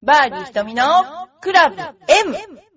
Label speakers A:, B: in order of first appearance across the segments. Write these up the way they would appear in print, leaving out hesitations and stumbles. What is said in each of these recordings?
A: バーディー瞳のクラブ M。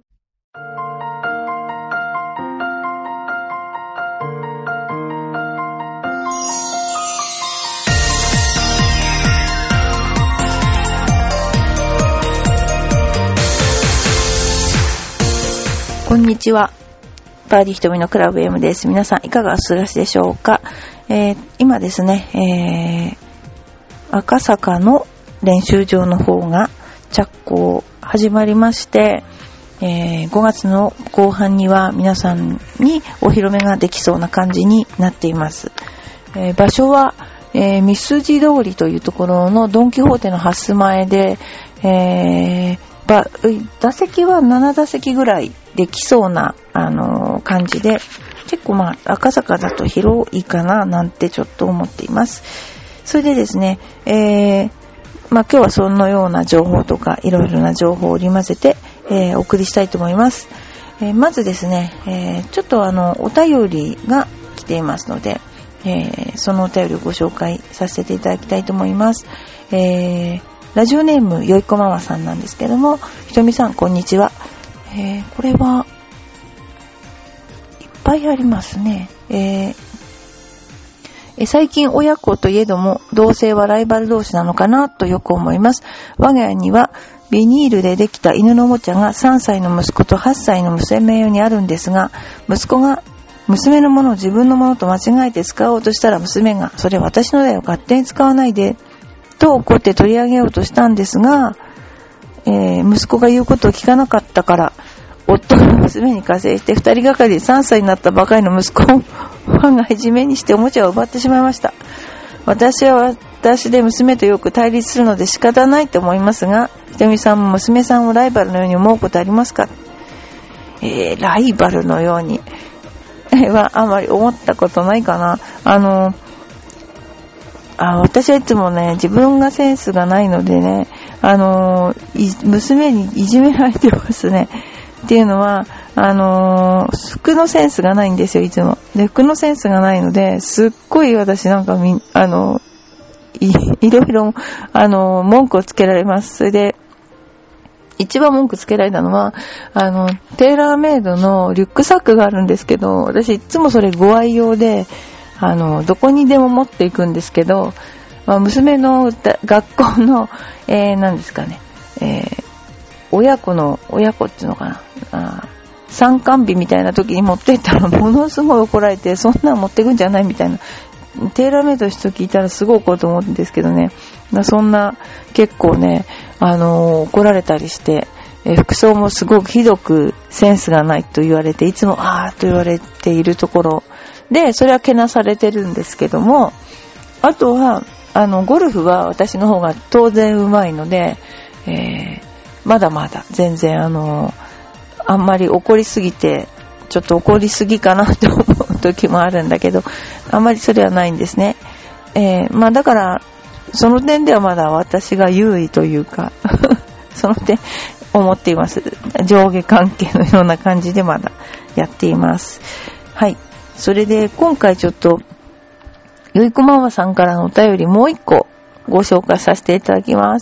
B: こんにちは。バーディー瞳のクラブ M です。皆さんいかがお過ごしでしょうか。今ですね、赤坂の練習場の方が着工始まりまして、5月の後半には皆さんにお披露目ができそうな感じになっています。場所は、三筋通りというところのドンキホーテのハス前で、打席は7打席ぐらいできそうな、感じで、結構赤坂だと広いかななんてちょっと思っています。それでですね、今日はそのような情報とかいろいろな情報を織り交ぜて、お送りしたいと思います。まずですね、ちょっとお便りが来ていますので、そのお便りをご紹介させていただきたいと思います。ラジオネームよいこママさんなんですけども、ひとみさんこんにちは。これはいっぱいありますね。最近親子といえども同性はライバル同士なのかなとよく思います。我が家にはビニールでできた犬のおもちゃが3歳の息子と8歳の娘用にあるんですが、息子が娘のものを自分のものと間違えて使おうとしたら、娘がそれ私のだよ、勝手に使わないでと怒って取り上げようとしたんですが、息子が言うことを聞かなかったから、夫が娘に加勢して2人がかりで3歳になったばかりの息子をファンがいじめにしておもちゃを奪ってしまいました。私は私で娘とよく対立するので仕方ないと思いますが、ひとみさんも娘さんをライバルのように思うことありますか？ライバルのようにはあまり思ったことないかな。私はいつもね、自分がセンスがないのでね、娘にいじめられてますね。っていうのは、服のセンスがないんですよ、いつも。で、服のセンスがないので、すっごい私なんかいろいろ、文句をつけられます。それで、一番文句つけられたのは、テーラーメイドのリュックサックがあるんですけど、私いつもそれご愛用で、どこにでも持っていくんですけど、娘の学校の、何ですかね、親子っていうのかな、参観日みたいな時に持っていったらものすごい怒られて、そんなの持ってくんじゃないみたいな、テーラーメイドの人聞いたらすごい怒ると思うんですけどね、そんな結構ね、怒られたりして、服装もすごくひどくセンスがないと言われて、いつもと言われているところで、それはけなされてるんですけども、あとはゴルフは私の方が当然うまいので、まだまだ全然あんまり怒りすぎてちょっと怒りすぎかなと思う時もあるんだけど、あんまりそれはないんですね。だからその点ではまだ私が優位というかその点思っています。上下関係のような感じでまだやっています。はい。それで今回ちょっとよいこママさんからのお便りもう一個ご紹介させていただきます。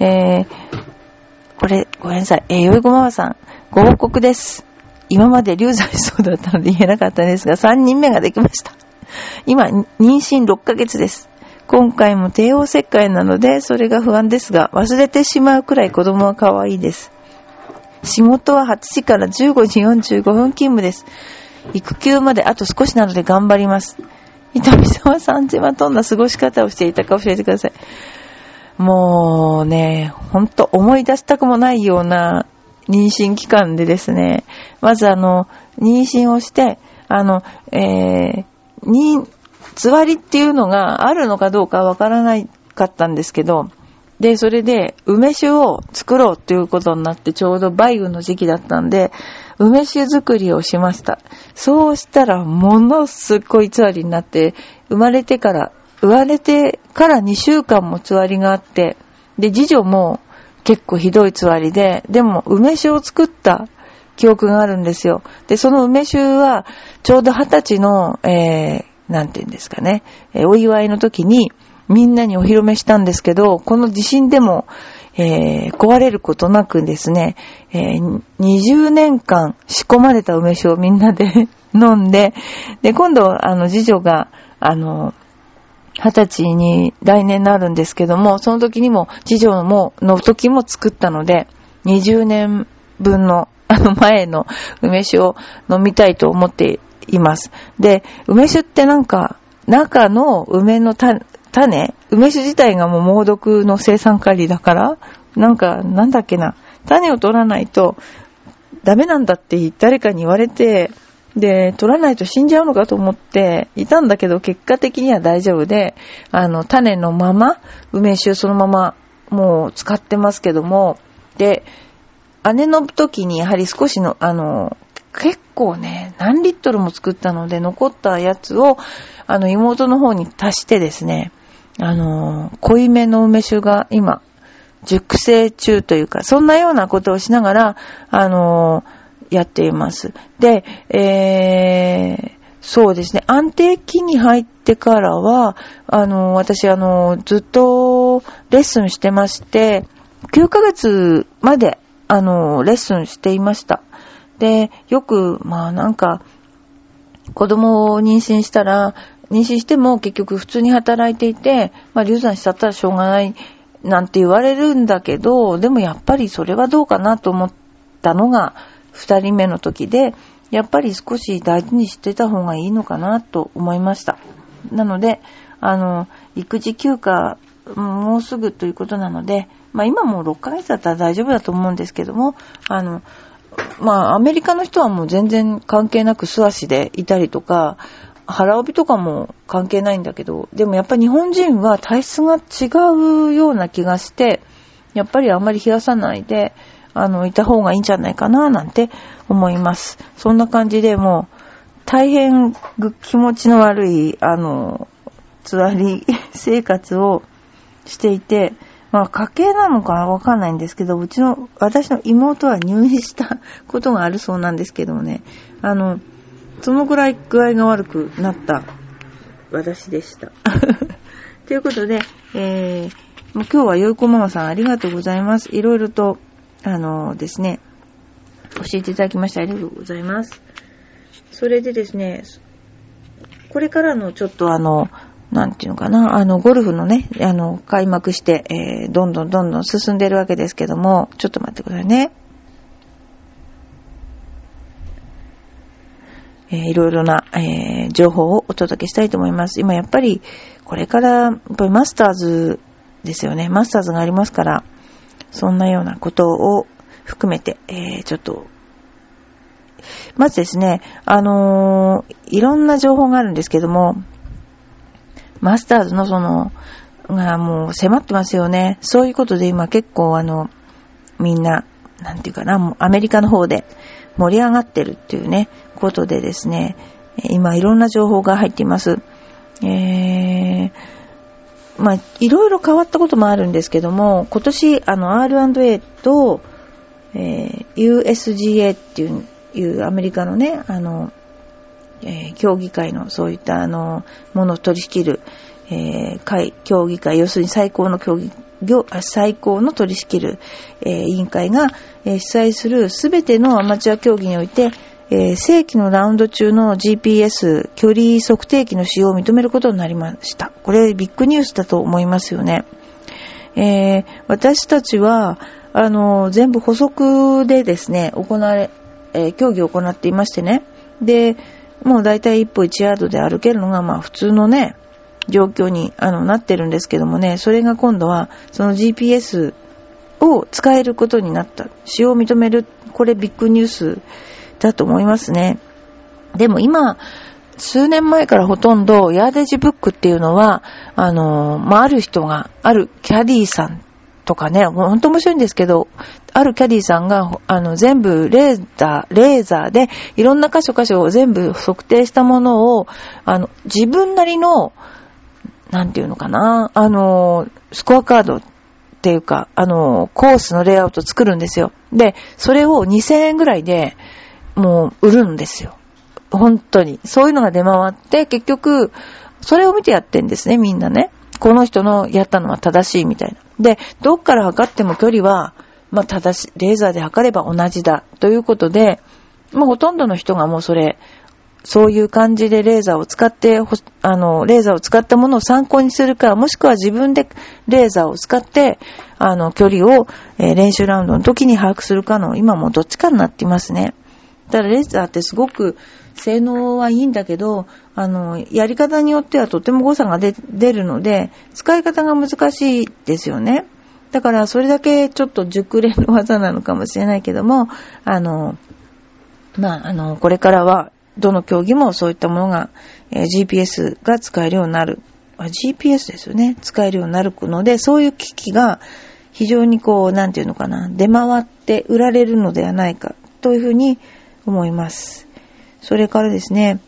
B: これごめんなさい。よいこママさんご報告です。今まで流産しそうだったので言えなかったんですが、3人目ができました。今妊娠6ヶ月です。今回も帝王切開なのでそれが不安ですが、忘れてしまうくらい子供は可愛いです。仕事は8時から15時45分勤務です。育休まであと少しなので頑張ります。ひとみさんは3時はどんな過ごし方をしていたか教えてください。もうね、ほんと思い出したくもないような妊娠期間でですね、まず妊娠をして、つわりっていうのがあるのかどうかわからないかったんですけど、で、それで梅酒を作ろうということになって、ちょうど梅雨の時期だったんで、梅酒作りをしました。そうしたらものすごいつわりになって、生まれてから2週間もつわりがあって、で、次女も結構ひどいつわりで、でも梅酒を作った記憶があるんですよ。で、その梅酒はちょうど20歳の、なんていうんですかね、お祝いの時にみんなにお披露目したんですけど、この地震でも、 壊れることなくですね、20年間仕込まれた梅酒をみんなで飲んで、で、今度、次女が、20歳に来年なるんですけども、その時にも、次女の時も作ったので、20年分の、前の梅酒を飲みたいと思っています。で、梅酒ってなんか、中の梅の種、梅酒自体がもう猛毒の生産カリだから、なんだっけな、種を取らないとダメなんだって誰かに言われて、で、取らないと死んじゃうのかと思っていたんだけど、結果的には大丈夫で、種のまま、梅酒そのままもう使ってますけども、で、姉の時にやはり少しの、結構ね、何リットルも作ったので、残ったやつを、妹の方に足してですね、濃いめの梅酒が今、熟成中というか、そんなようなことをしながら、やっています。で、そうですね、安定期に入ってからは、私、ずっとレッスンしてまして、9ヶ月まで、レッスンしていました。で、よく、子供を妊娠しても結局普通に働いていて、流産しちゃったらしょうがないなんて言われるんだけど、でもやっぱりそれはどうかなと思ったのが2人目の時で、やっぱり少し大事にしてた方がいいのかなと思いました。なので、育児休暇もうすぐということなので、今もう6ヶ月だったら大丈夫だと思うんですけども、アメリカの人はもう全然関係なく素足でいたりとか、腹帯とかも関係ないんだけど、でもやっぱり日本人は体質が違うような気がして、やっぱりあんまり冷やさないで、いた方がいいんじゃないかななんて思います。そんな感じでもう、大変気持ちの悪い、つわり生活をしていて、家系なのかわかんないんですけど、私の妹は入院したことがあるそうなんですけどもね、そのぐらい具合が悪くなった私でした。ということで、今日はよいこママさんありがとうございます。いろいろと、ですね、教えていただきましてありがとうございます。それでですね、これからのちょっとなんていうのかな、ゴルフのね、開幕して、どんどん進んでるわけですけども、ちょっと待ってくださいね。いろいろな、情報をお届けしたいと思います。今やっぱり、これからやっぱりマスターズですよね。マスターズがありますから、そんなようなことを含めて、ちょっと、まずですね、いろんな情報があるんですけども、マスターズのがもう迫ってますよね。そういうことで今結構みんな、なんていうかな、もうアメリカの方で盛り上がってるっていうね、ことでですね、今いろんな情報が入っています。いろいろ変わったこともあるんですけども、今年R&A と、USGA っていうアメリカのね、協議会のそういったものを取り仕切る、協議会、要するに最高の取り仕切る、委員会が、主催するすべてのアマチュア競技において、正規のラウンド中の GPS 距離測定器の使用を認めることになりました。これビッグニュースだと思いますよね。私たちは全部補足でですね競技を行っていましてね。で、もうだいたい一歩1ヤードで歩けるのが普通のね状況になってるんですけどもね、それが今度はその GPS を使えることになった。使用を認める。これビッグニュースだと思いますね。でも今数年前からほとんどヤーデージブックっていうのはある人があるキャディーさんとかね、本当面白いんですけど、あるキャディーさんが全部レーザーでいろんな箇所を全部測定したものを自分なりのなんていうのかな、スコアカードっていうかコースのレイアウト作るんですよ。でそれを2000円ぐらいでもう売るんですよ。本当にそういうのが出回って、結局それを見てやってんですね、みんなね。 この人のやったのは正しいみたいな。で、どっから測っても距離は、レーザーで測れば同じだということで、ほとんどの人がもうそういう感じでレーザーを使って、レーザーを使ったものを参考にするか、もしくは自分でレーザーを使って、距離を、練習ラウンドの時に把握するかの、今もどっちかになっていますね。ただレーザーってすごく性能はいいんだけど、やり方によってはとても誤差が出るので、使い方が難しいですよね。だからそれだけちょっと熟練の技なのかもしれないけども、これからは、どの競技もそういったものが、GPS が使えるようになる。GPS ですよね。使えるようになるので、そういう機器が非常に出回って売られるのではないかというふうに思います。それからですね、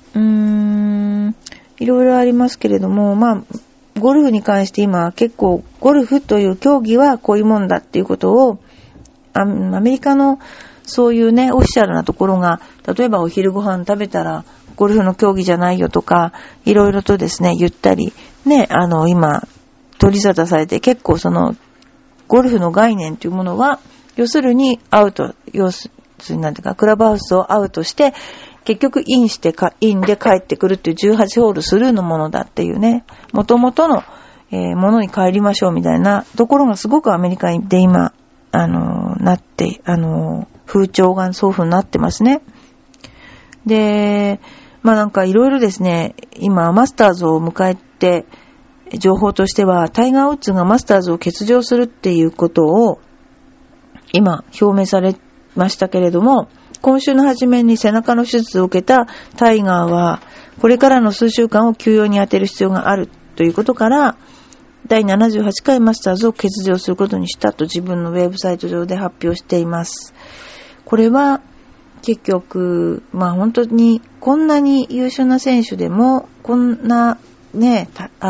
B: いろいろありますけれども、ゴルフに関して今結構ゴルフという競技はこういうもんだっていうことを、アメリカのそういうね、オフィシャルなところが、例えばお昼ご飯食べたら、ゴルフの競技じゃないよとか、いろいろとですね、言ったり、ね、今、取り沙汰されて、結構ゴルフの概念というものは、要するにクラブハウスをアウトして、結局インで帰ってくるっていう18ホールスルーのものだっていうね、元々の、ものに帰りましょうみたいなところがすごくアメリカで今、なって、風潮がそういう風になってますね。で、いろいろですね、今マスターズを迎えて、情報としてはタイガー・ウッズがマスターズを欠場するっていうことを今表明されましたけれども、今週の初めに背中の手術を受けたタイガーはこれからの数週間を休養に充てる必要があるということから、第78回マスターズを欠場することにしたと自分のウェブサイト上で発表しています。これは結局、本当にこんなに優秀な選手でも、こんなね、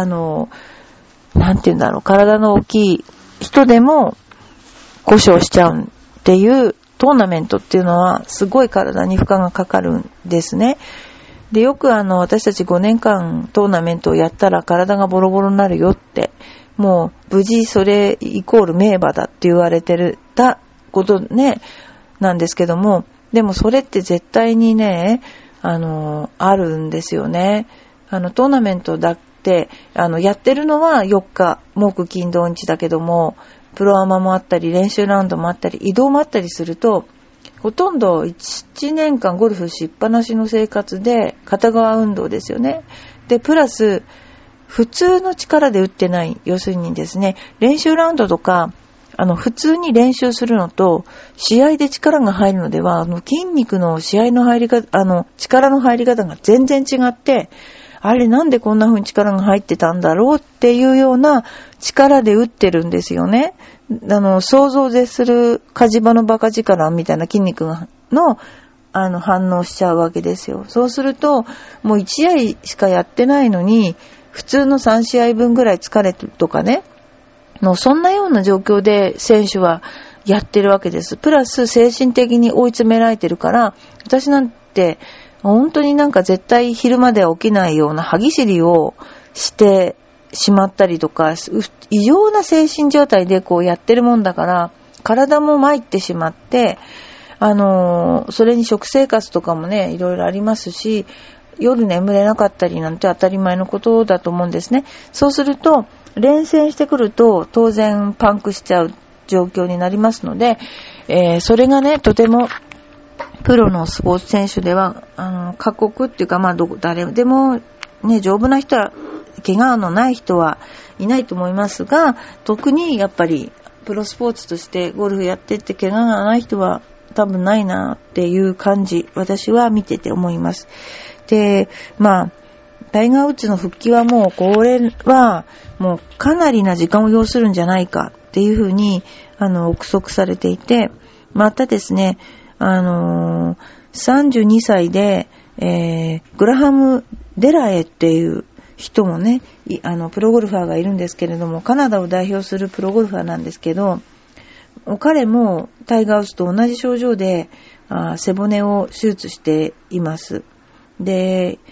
B: 体の大きい人でも故障しちゃうっていうトーナメントっていうのはすごい体に負荷がかかるんですね。で、よく私たち5年間トーナメントをやったら体がボロボロになるよって、もう無事それイコール名馬だって言われてたことね、なんですけども、でもそれって絶対にね、あるんですよね。トーナメントだって、やってるのは4日、木金土日だけども、プロアマもあったり、練習ラウンドもあったり、移動もあったりすると、ほとんど1年間ゴルフしっぱなしの生活で、片側運動ですよね。で、プラス、普通の力で打ってない。要するにですね、練習ラウンドとか、普通に練習するのと、試合で力が入るのでは、筋肉の試合の入り方、力の入り方が全然違って、あれなんでこんな風に力が入ってたんだろうっていうような力で打ってるんですよね。想像でする火事場のバカ力みたいな筋肉の、反応しちゃうわけですよ。そうすると、もう1試合しかやってないのに、普通の3試合分ぐらい疲れるとかね、そんなような状況で選手はやってるわけです。プラス精神的に追い詰められてるから、私なんて本当に絶対昼までは起きないような歯ぎしりをしてしまったりとか、異常な精神状態でこうやってるもんだから、体も参ってしまって、それに食生活とかもね、いろいろありますし、夜眠れなかったりなんて当たり前のことだと思うんですね。そうすると、連戦してくると当然パンクしちゃう状況になりますので、それがね、とてもプロのスポーツ選手では各国っていうか、誰でもね、丈夫な人は、怪我のない人はいないと思いますが、特にやっぱりプロスポーツとしてゴルフやってって怪我がない人は多分ないなっていう感じ、私は見てて思います。で、タイガー・ウッズの復帰はもうこれはもうかなりな時間を要するんじゃないかっていうふうに憶測されていて、またですね、32歳で、グラハム・デラエっていう人もね、プロゴルファーがいるんですけれども、カナダを代表するプロゴルファーなんですけど、彼もタイガー・ウッズと同じ症状で背骨を手術しています。で、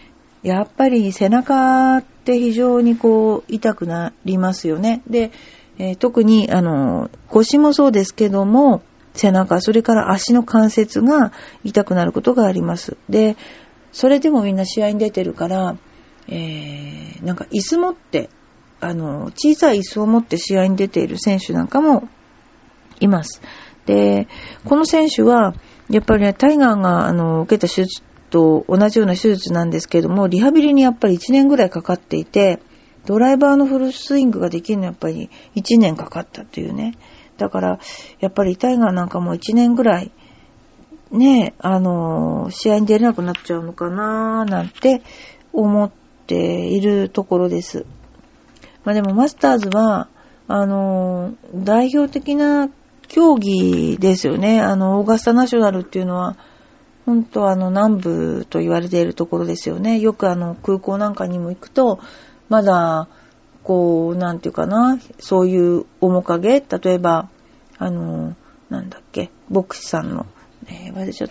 B: やっぱり背中って非常にこう痛くなりますよね。で、特に腰もそうですけども、背中、それから足の関節が痛くなることがあります。で、それでもみんな試合に出てるから、なんか椅子持って、小さい椅子を持って試合に出ている選手なんかもいます。で、この選手は、やっぱりね、タイガーが受けた手術と同じような手術なんですけれども、リハビリにやっぱり1年ぐらいかかっていて、ドライバーのフルスイングができるのはやっぱり1年かかったというね。だから、やっぱりタイガーなんかも1年ぐらい、ね、試合に出れなくなっちゃうのかななんて思っているところです。まあでもマスターズは、代表的な競技ですよね。オーガスタナショナルっていうのは、本当南部と言われているところですよね。よく空港なんかにも行くと、まだ、こう、なんていうかな、そういう面影、例えば、なんだっけ、牧師さんの、忘れちゃった、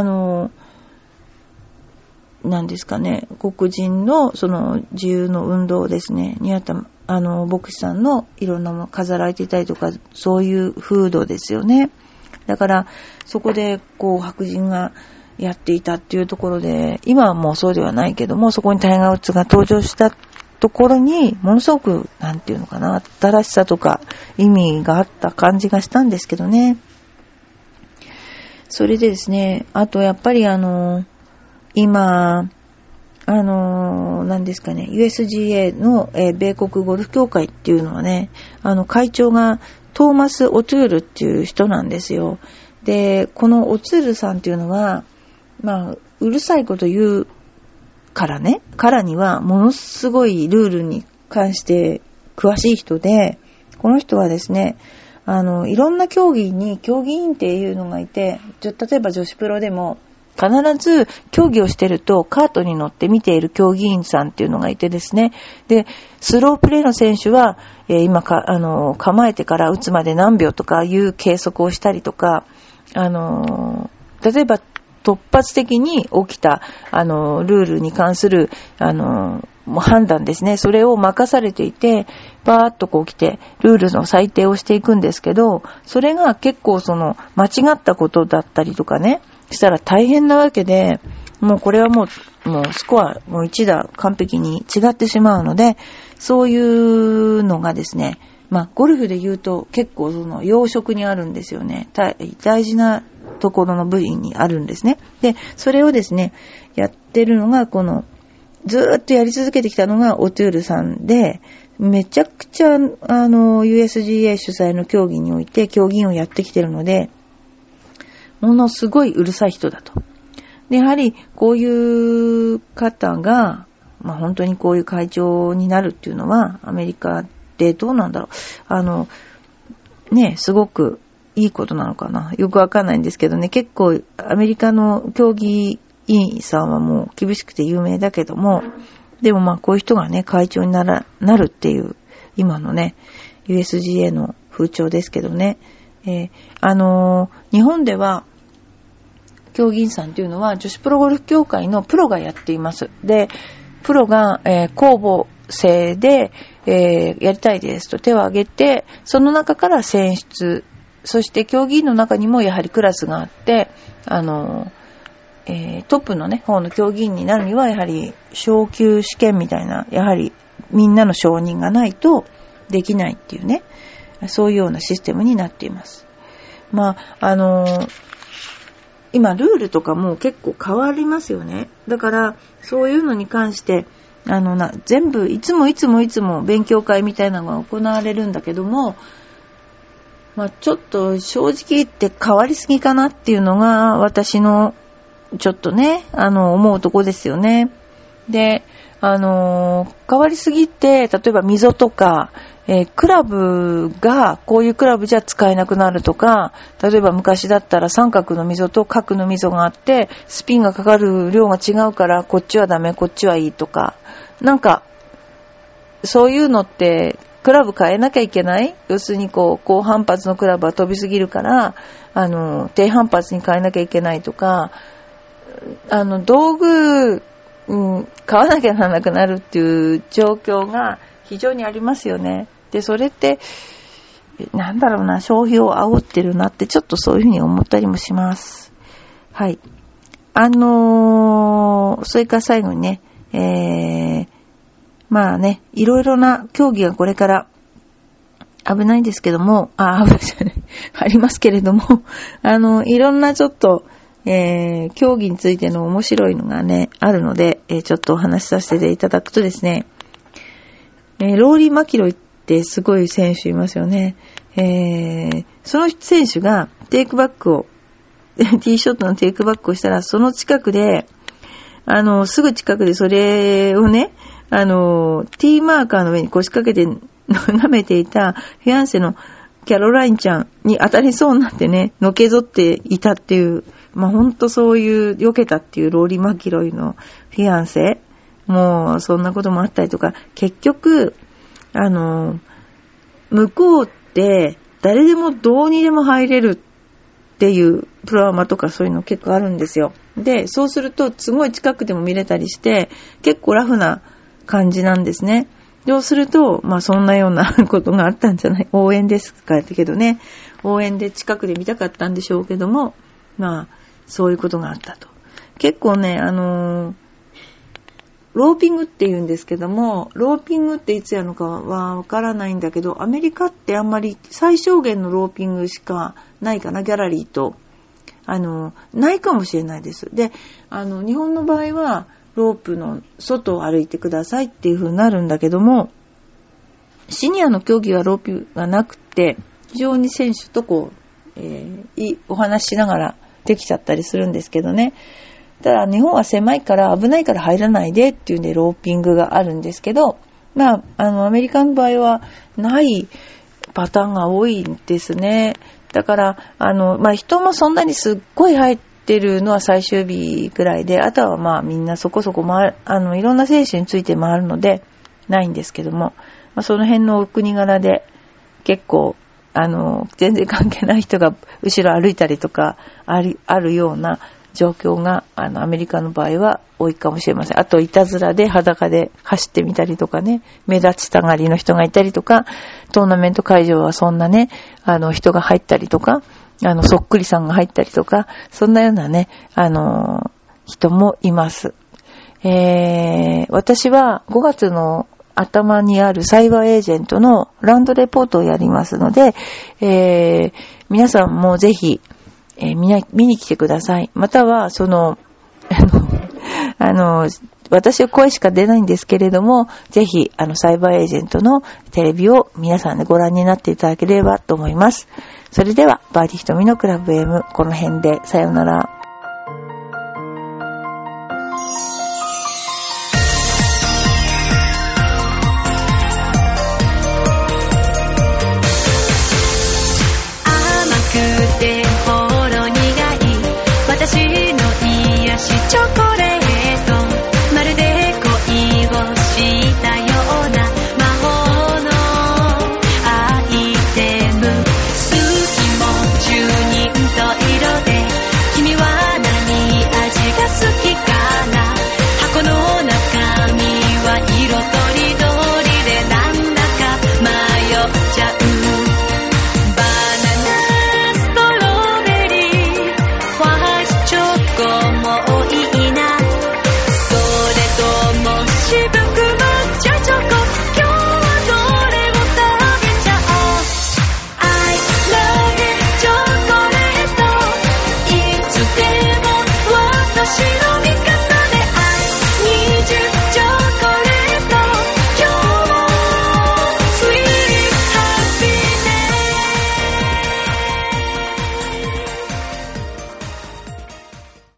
B: なんですかね、黒人のその自由の運動ですね、にあった、牧師さんのいろんなもの飾られていたりとか、そういう風土ですよね。だから、そこで、こう、白人がやっていたっていうところで、今はもうそうではないけども、そこにタイガー・ウッズが登場したところに、ものすごく、なんていうのかな、新しさとか意味があった感じがしたんですけどね。それでですね、あとやっぱり今、何ですかね、USGA の、米国ゴルフ協会っていうのはね、会長がトーマス・オトゥールっていう人なんですよ。で、このオトゥールさんっていうのは、まあ、うるさいこと言うからね、彼にはものすごいルールに関して詳しい人で、この人はですね、いろんな競技に競技員っていうのがいて、例えば女子プロでも、必ず競技をしてるとカートに乗って見ている競技員さんっていうのがいてですね。で、スロープレーの選手は、今構えてから打つまで何秒とかいう計測をしたりとか、例えば突発的に起きた、ルールに関する、もう判断ですね。それを任されていて、バーッとこう来て、ルールの裁定をしていくんですけど、それが結構間違ったことだったりとかね、したら大変なわけで、もうこれはもうスコア、もう一打完璧に違ってしまうので、そういうのがですね、まあゴルフで言うと結構要職にあるんですよね。大事なところの部位にあるんですね。で、それをですね、やってるのがずーっとやり続けてきたのがオトゥールさんで、めちゃくちゃUSGA 主催の競技において競技員をやってきてるので、ものすごいうるさい人だと。で、やはりこういう方が、まあ本当にこういう会長になるっていうのは、アメリカでどうなんだろう。ね、すごくいいことなのかな。よくわかんないんですけどね、結構アメリカの競技委員さんはもう厳しくて有名だけども、でもまあこういう人がね、会長になるっていう、今のね、USGA の風潮ですけどね。日本では、競技員さんというのは女子プロゴルフ協会のプロがやっています。で、プロが、公募制で、やりたいですと手を挙げて、その中から選出、そして競技員の中にもやはりクラスがあって、トップのね、方の競技員になるにはやはり昇級試験みたいな、やはりみんなの承認がないとできないっていうね、そういうようなシステムになっています。まあ、今ルールとかも結構変わりますよね。だからそういうのに関して全部いつも勉強会みたいなのが行われるんだけども、まあちょっと正直言って変わりすぎかなっていうのが私のちょっとね思うとこですよね。で変わりすぎて、例えば溝とかクラブがこういうクラブじゃ使えなくなるとか、例えば昔だったら三角の溝と角の溝があってスピンがかかる量が違うからこっちはダメこっちはいいとか、なんかそういうのってクラブ変えなきゃいけない。要するに高反発のクラブは飛びすぎるから低反発に変えなきゃいけないとか、道具買わなきゃならなくなるっていう状況が非常にありますよね。で、それって、なんだろうな、消費を煽ってるなってちょっとそういうふうに思ったりもします。はい。それから最後にね、まあね、いろいろな競技がこれから危ないんですけども、危ないじゃない、ありますけれども、いろんなちょっと、競技についての面白いのがね、あるので、ちょっとお話しさせていただくとですね、ローリー・マキロイってすごい選手いますよね。その選手がテイクバックを、ティーショットのテイクバックをしたら、その近くで、すぐ近くでそれをね、ティーマーカーの上に腰掛けて舐めていたフィアンセのキャロラインちゃんに当たりそうになってね、のけぞっていたっていう、まあ、ほんとそういう、避けたっていうローリー・マキロイのフィアンセ、もうそんなこともあったりとか、結局、向こうって誰でもどうにでも入れるっていうプロアマとかそういうの結構あるんですよ。で、そうするとすごい近くでも見れたりして、結構ラフな感じなんですね。そうすると、まあそんなようなことがあったんじゃない、応援ですかけどね、応援で近くで見たかったんでしょうけども、まあそういうことがあったと。結構ね、ローピングって言うんですけども、ローピングっていつやるのかはわからないんだけど、アメリカってあんまり最小限のローピングしかないかな、ギャラリーと。ないかもしれないです。で、日本の場合は、ロープの外を歩いてくださいっていう風になるんだけども、シニアの競技はロープがなくて、非常に選手とこう、お話ししながらできちゃったりするんですけどね。ただ日本は狭いから危ないから入らないでっていうんでローピングがあるんですけど、まあ、アメリカの場合はないパターンが多いんですね。だから、まあ、人もそんなにすっごい入ってるのは最終日ぐらいで、あとはまあみんなそこそこいろんな選手について回るのでないんですけども、まあ、その辺のお国柄で結構、全然関係ない人が後ろ歩いたりとかあるような状況がアメリカの場合は多いかもしれません。あといたずらで裸で走ってみたりとかね、目立ちたがりの人がいたりとか、トーナメント会場はそんなね、人が入ったりとか、そっくりさんが入ったりとか、そんなようなね、人もいます。私は5月の頭にあるサイバーエージェントのラウンドレポートをやりますので、皆さんもぜひ見に来てください。または、私は声しか出ないんですけれども、ぜひ、サイバーエージェントのテレビを皆さんでご覧になっていただければと思います。それでは、バーディーひとみのクラブ M、この辺で、さようなら。
C: 私の癒しチョコ